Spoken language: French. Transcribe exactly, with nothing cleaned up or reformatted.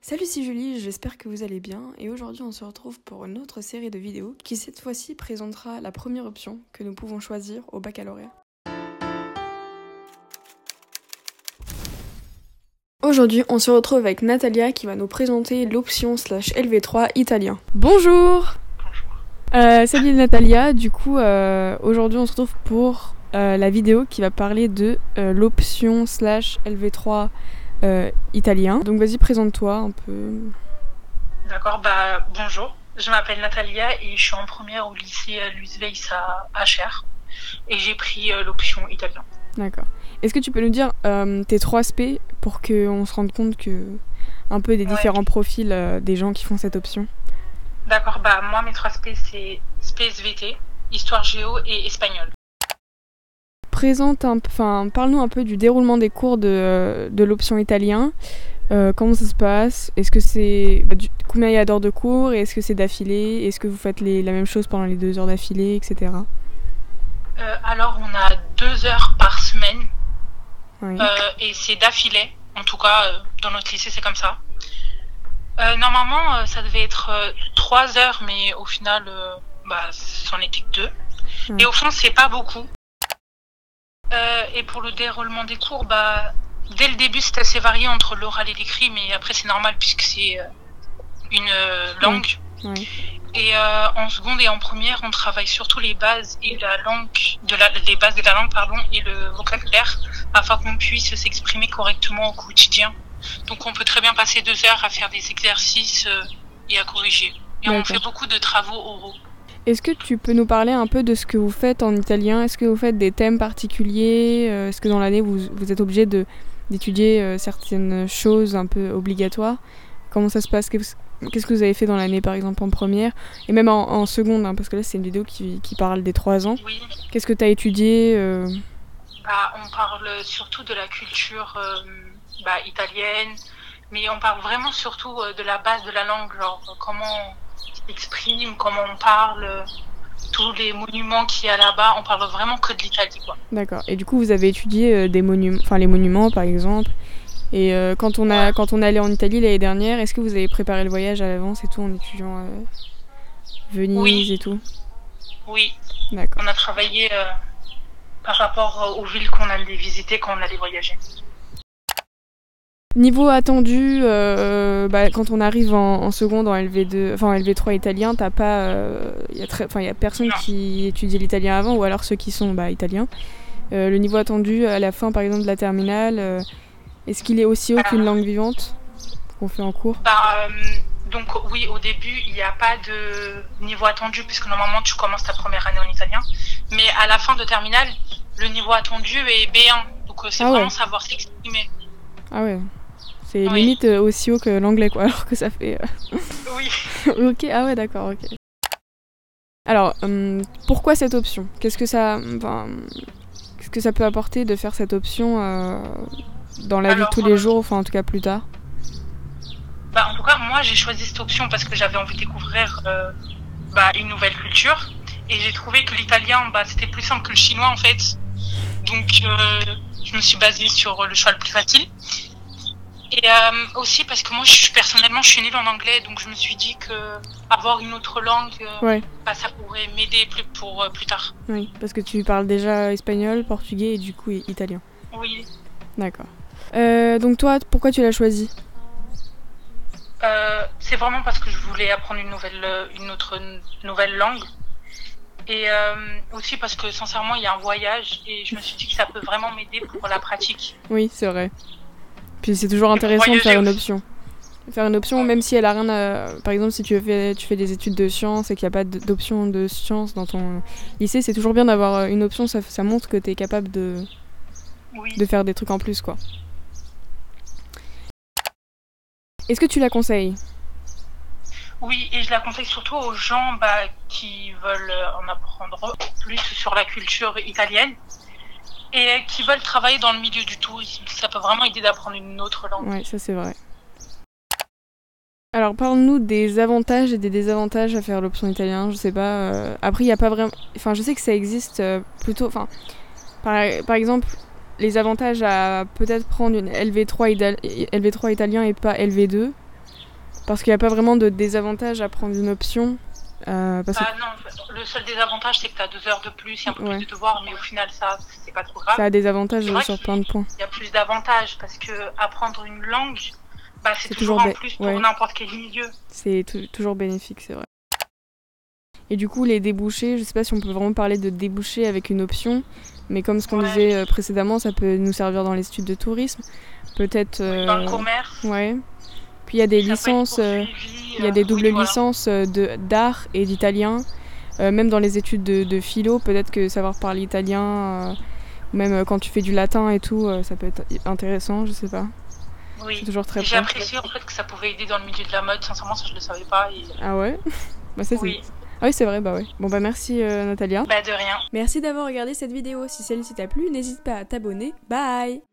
Salut, c'est Julie, j'espère que vous allez bien et aujourd'hui on se retrouve pour une autre série de vidéos qui cette fois-ci présentera la première option que nous pouvons choisir au baccalauréat. Aujourd'hui on se retrouve avec Natalia qui va nous présenter l'option slash L V trois italien. Bonjour. euh, Salut Natalia, du coup euh, aujourd'hui on se retrouve pour euh, la vidéo qui va parler de euh, l'option slash L V trois Euh, italien. Donc vas-y, présente-toi un peu. D'accord, bah bonjour. Je m'appelle Natalia et je suis en première au lycée Louis Weiss à Achères et j'ai pris euh, l'option italien. D'accord. Est-ce que tu peux nous dire euh, tes trois spé pour qu'on se rende compte que un peu des ouais. différents profils euh, des gens qui font cette option? D'accord, bah moi mes trois spé c'est spé S V T, histoire géo et espagnol. Présente un, enfin, parle-nous un peu du déroulement des cours de, de l'option italien. Euh, comment ça se passe? Est-ce que c'est bah, du, combien il y a d'heures de cours? Et est-ce que c'est d'affilée? Est-ce que vous faites les, la même chose pendant les deux heures d'affilée, et cetera. Euh, alors on a deux heures par semaine oui. euh, et c'est d'affilée. En tout cas, euh, dans notre lycée c'est comme ça. Euh, normalement, euh, ça devait être euh, trois heures, mais au final, euh, bah, c'en était que deux. Oui. Et au fond, c'est pas beaucoup. Euh, et pour le déroulement des cours, bah, dès le début, c'est assez varié entre l'oral et l'écrit, mais après, c'est normal puisque c'est euh, une euh, langue. Oui. Oui. Et euh, en seconde et en première, on travaille surtout les bases et la langue, de la, les bases de la langue, pardon, et le vocabulaire, afin qu'on puisse s'exprimer correctement au quotidien. Donc, on peut très bien passer deux heures à faire des exercices euh, et à corriger. Et D'accord. on fait beaucoup de travaux oraux. Est-ce que tu peux nous parler un peu de ce que vous faites en italien? Est-ce que vous faites des thèmes particuliers? Est-ce que dans l'année, vous, vous êtes obligé de, d'étudier euh, certaines choses un peu obligatoires? Comment ça se passe? Qu'est-ce que vous avez fait dans l'année, par exemple, en première? Et même en, en seconde, hein, parce que là, c'est une vidéo qui, qui parle des trois ans. Oui. Qu'est-ce que tu as étudié euh... bah, On parle surtout de la culture euh, bah, italienne, mais on parle vraiment surtout euh, de la base de la langue, genre comment... exprime, comment on parle, tous les monuments qu'il y a là-bas, on parle vraiment que de l'Italie, quoi. D'accord. Et du coup, vous avez étudié euh, des monuments, enfin les monuments, par exemple. Et euh, quand on a, ouais. quand on est allé en Italie l'année dernière, est-ce que vous avez préparé le voyage à l'avance et tout en étudiant euh, Venise oui. et tout? Oui. D'accord. On a travaillé euh, par rapport aux villes qu'on allait visiter quand on allait voyager. Niveau attendu, euh, bah, quand on arrive en, en seconde, en L V deux, enfin en L V trois italien, t'as pas, il euh, y a très, enfin il y a personne non. qui étudie l'italien avant, ou alors ceux qui sont bah, italiens. Euh, le niveau attendu à la fin, par exemple de la terminale, euh, est-ce qu'il est aussi haut euh, qu'une langue vivante qu'on fait en cours? Bah, euh, donc oui, au début il n'y a pas de niveau attendu puisque normalement tu commences ta première année en italien, mais à la fin de terminale, le niveau attendu est B un, donc c'est ah vraiment ouais. savoir s'exprimer. Ah ouais. C'est oui. limite euh, aussi haut que l'anglais, quoi, alors que ça fait... Euh... Oui. Ok, ah ouais, d'accord, ok. Alors, hum, pourquoi cette option? Qu'est-ce que ça... Enfin, qu'est-ce que ça peut apporter de faire cette option euh, dans la alors, vie de tous les euh, jours, enfin en tout cas plus tard? Bah, en tout cas, moi j'ai choisi cette option parce que j'avais envie de découvrir euh, bah, une nouvelle culture. Et j'ai trouvé que l'italien, bah, c'était plus simple que le chinois en fait. Donc, euh, je me suis basée sur le choix le plus facile. Et euh, aussi parce que moi, je, personnellement, je suis nulle en anglais, donc je me suis dit que avoir une autre langue, euh, ouais. bah, ça pourrait m'aider plus, pour euh, plus tard. Oui, parce que tu parles déjà espagnol, portugais et du coup italien. Oui. D'accord. Euh, donc toi, pourquoi tu l'as choisi? euh, C'est vraiment parce que je voulais apprendre une nouvelle, une autre nouvelle langue. Et euh, aussi parce que sincèrement, il y a un voyage et je me suis dit que ça peut vraiment m'aider pour la pratique. Oui, c'est vrai. Puis c'est toujours intéressant de faire une option. Faire une option, même si elle a rien à... Par exemple, si tu fais, tu fais des études de sciences et qu'il n'y a pas d'option de sciences dans ton lycée, c'est toujours bien d'avoir une option, ça, ça montre que tu es capable de... Oui. de faire des trucs en plus, quoi. Est-ce que tu la conseilles? Oui, et je la conseille surtout aux gens bah, qui veulent en apprendre plus sur la culture italienne. Et qui veulent travailler dans le milieu du tourisme. Ça peut vraiment aider d'apprendre une autre langue. Oui, ça c'est vrai. Alors parle-nous des avantages et des désavantages à faire l'option italien, je sais pas. Euh... Après, il n'y a pas vraiment... Enfin, je sais que ça existe euh, plutôt... Enfin, par, par exemple, les avantages à peut-être prendre une L V trois, ida... L V trois italien et pas L V deux. Parce qu'il n'y a pas vraiment de désavantage à prendre une option. Euh, parce Bah que non, le seul désavantage c'est que tu as deux heures de plus et un peu Ouais. plus de devoirs, mais au final ça c'est pas trop grave. ça a des avantages C'est vrai sur qu'il plein de points. Il y a plus d'avantages parce que apprendre une langue, bah, c'est C'est toujours, toujours en bé- plus pour ouais. n'importe quel milieu. C'est tou- toujours bénéfique, c'est vrai. Et du coup, les débouchés, je sais pas si on peut vraiment parler de débouchés avec une option, mais comme ce qu'on Ouais. disait euh, précédemment, ça peut nous servir dans les études de tourisme. Peut-être. euh, Dans le commerce, Ouais. Puis il y a des ça peut être licences, euh, poursuivi, il y a des euh, doubles oui, voilà. licences euh, de d'art et d'italien. Euh, même dans les études de, de philo, peut-être que savoir parler italien, euh, même euh, quand tu fais du latin et tout, euh, ça peut être intéressant, je sais pas. C'est Oui. toujours très Et J'ai fort. apprécié en fait que ça pouvait aider dans le milieu de la mode. Sincèrement, ça je le savais pas. Et... Ah ouais. Bah ça c'est. Oui. Ah oui c'est vrai, bah ouais. Bon bah merci euh, Natalia. Bah de rien. Merci d'avoir regardé cette vidéo. Si celle-ci t'a plu, n'hésite pas à t'abonner. Bye.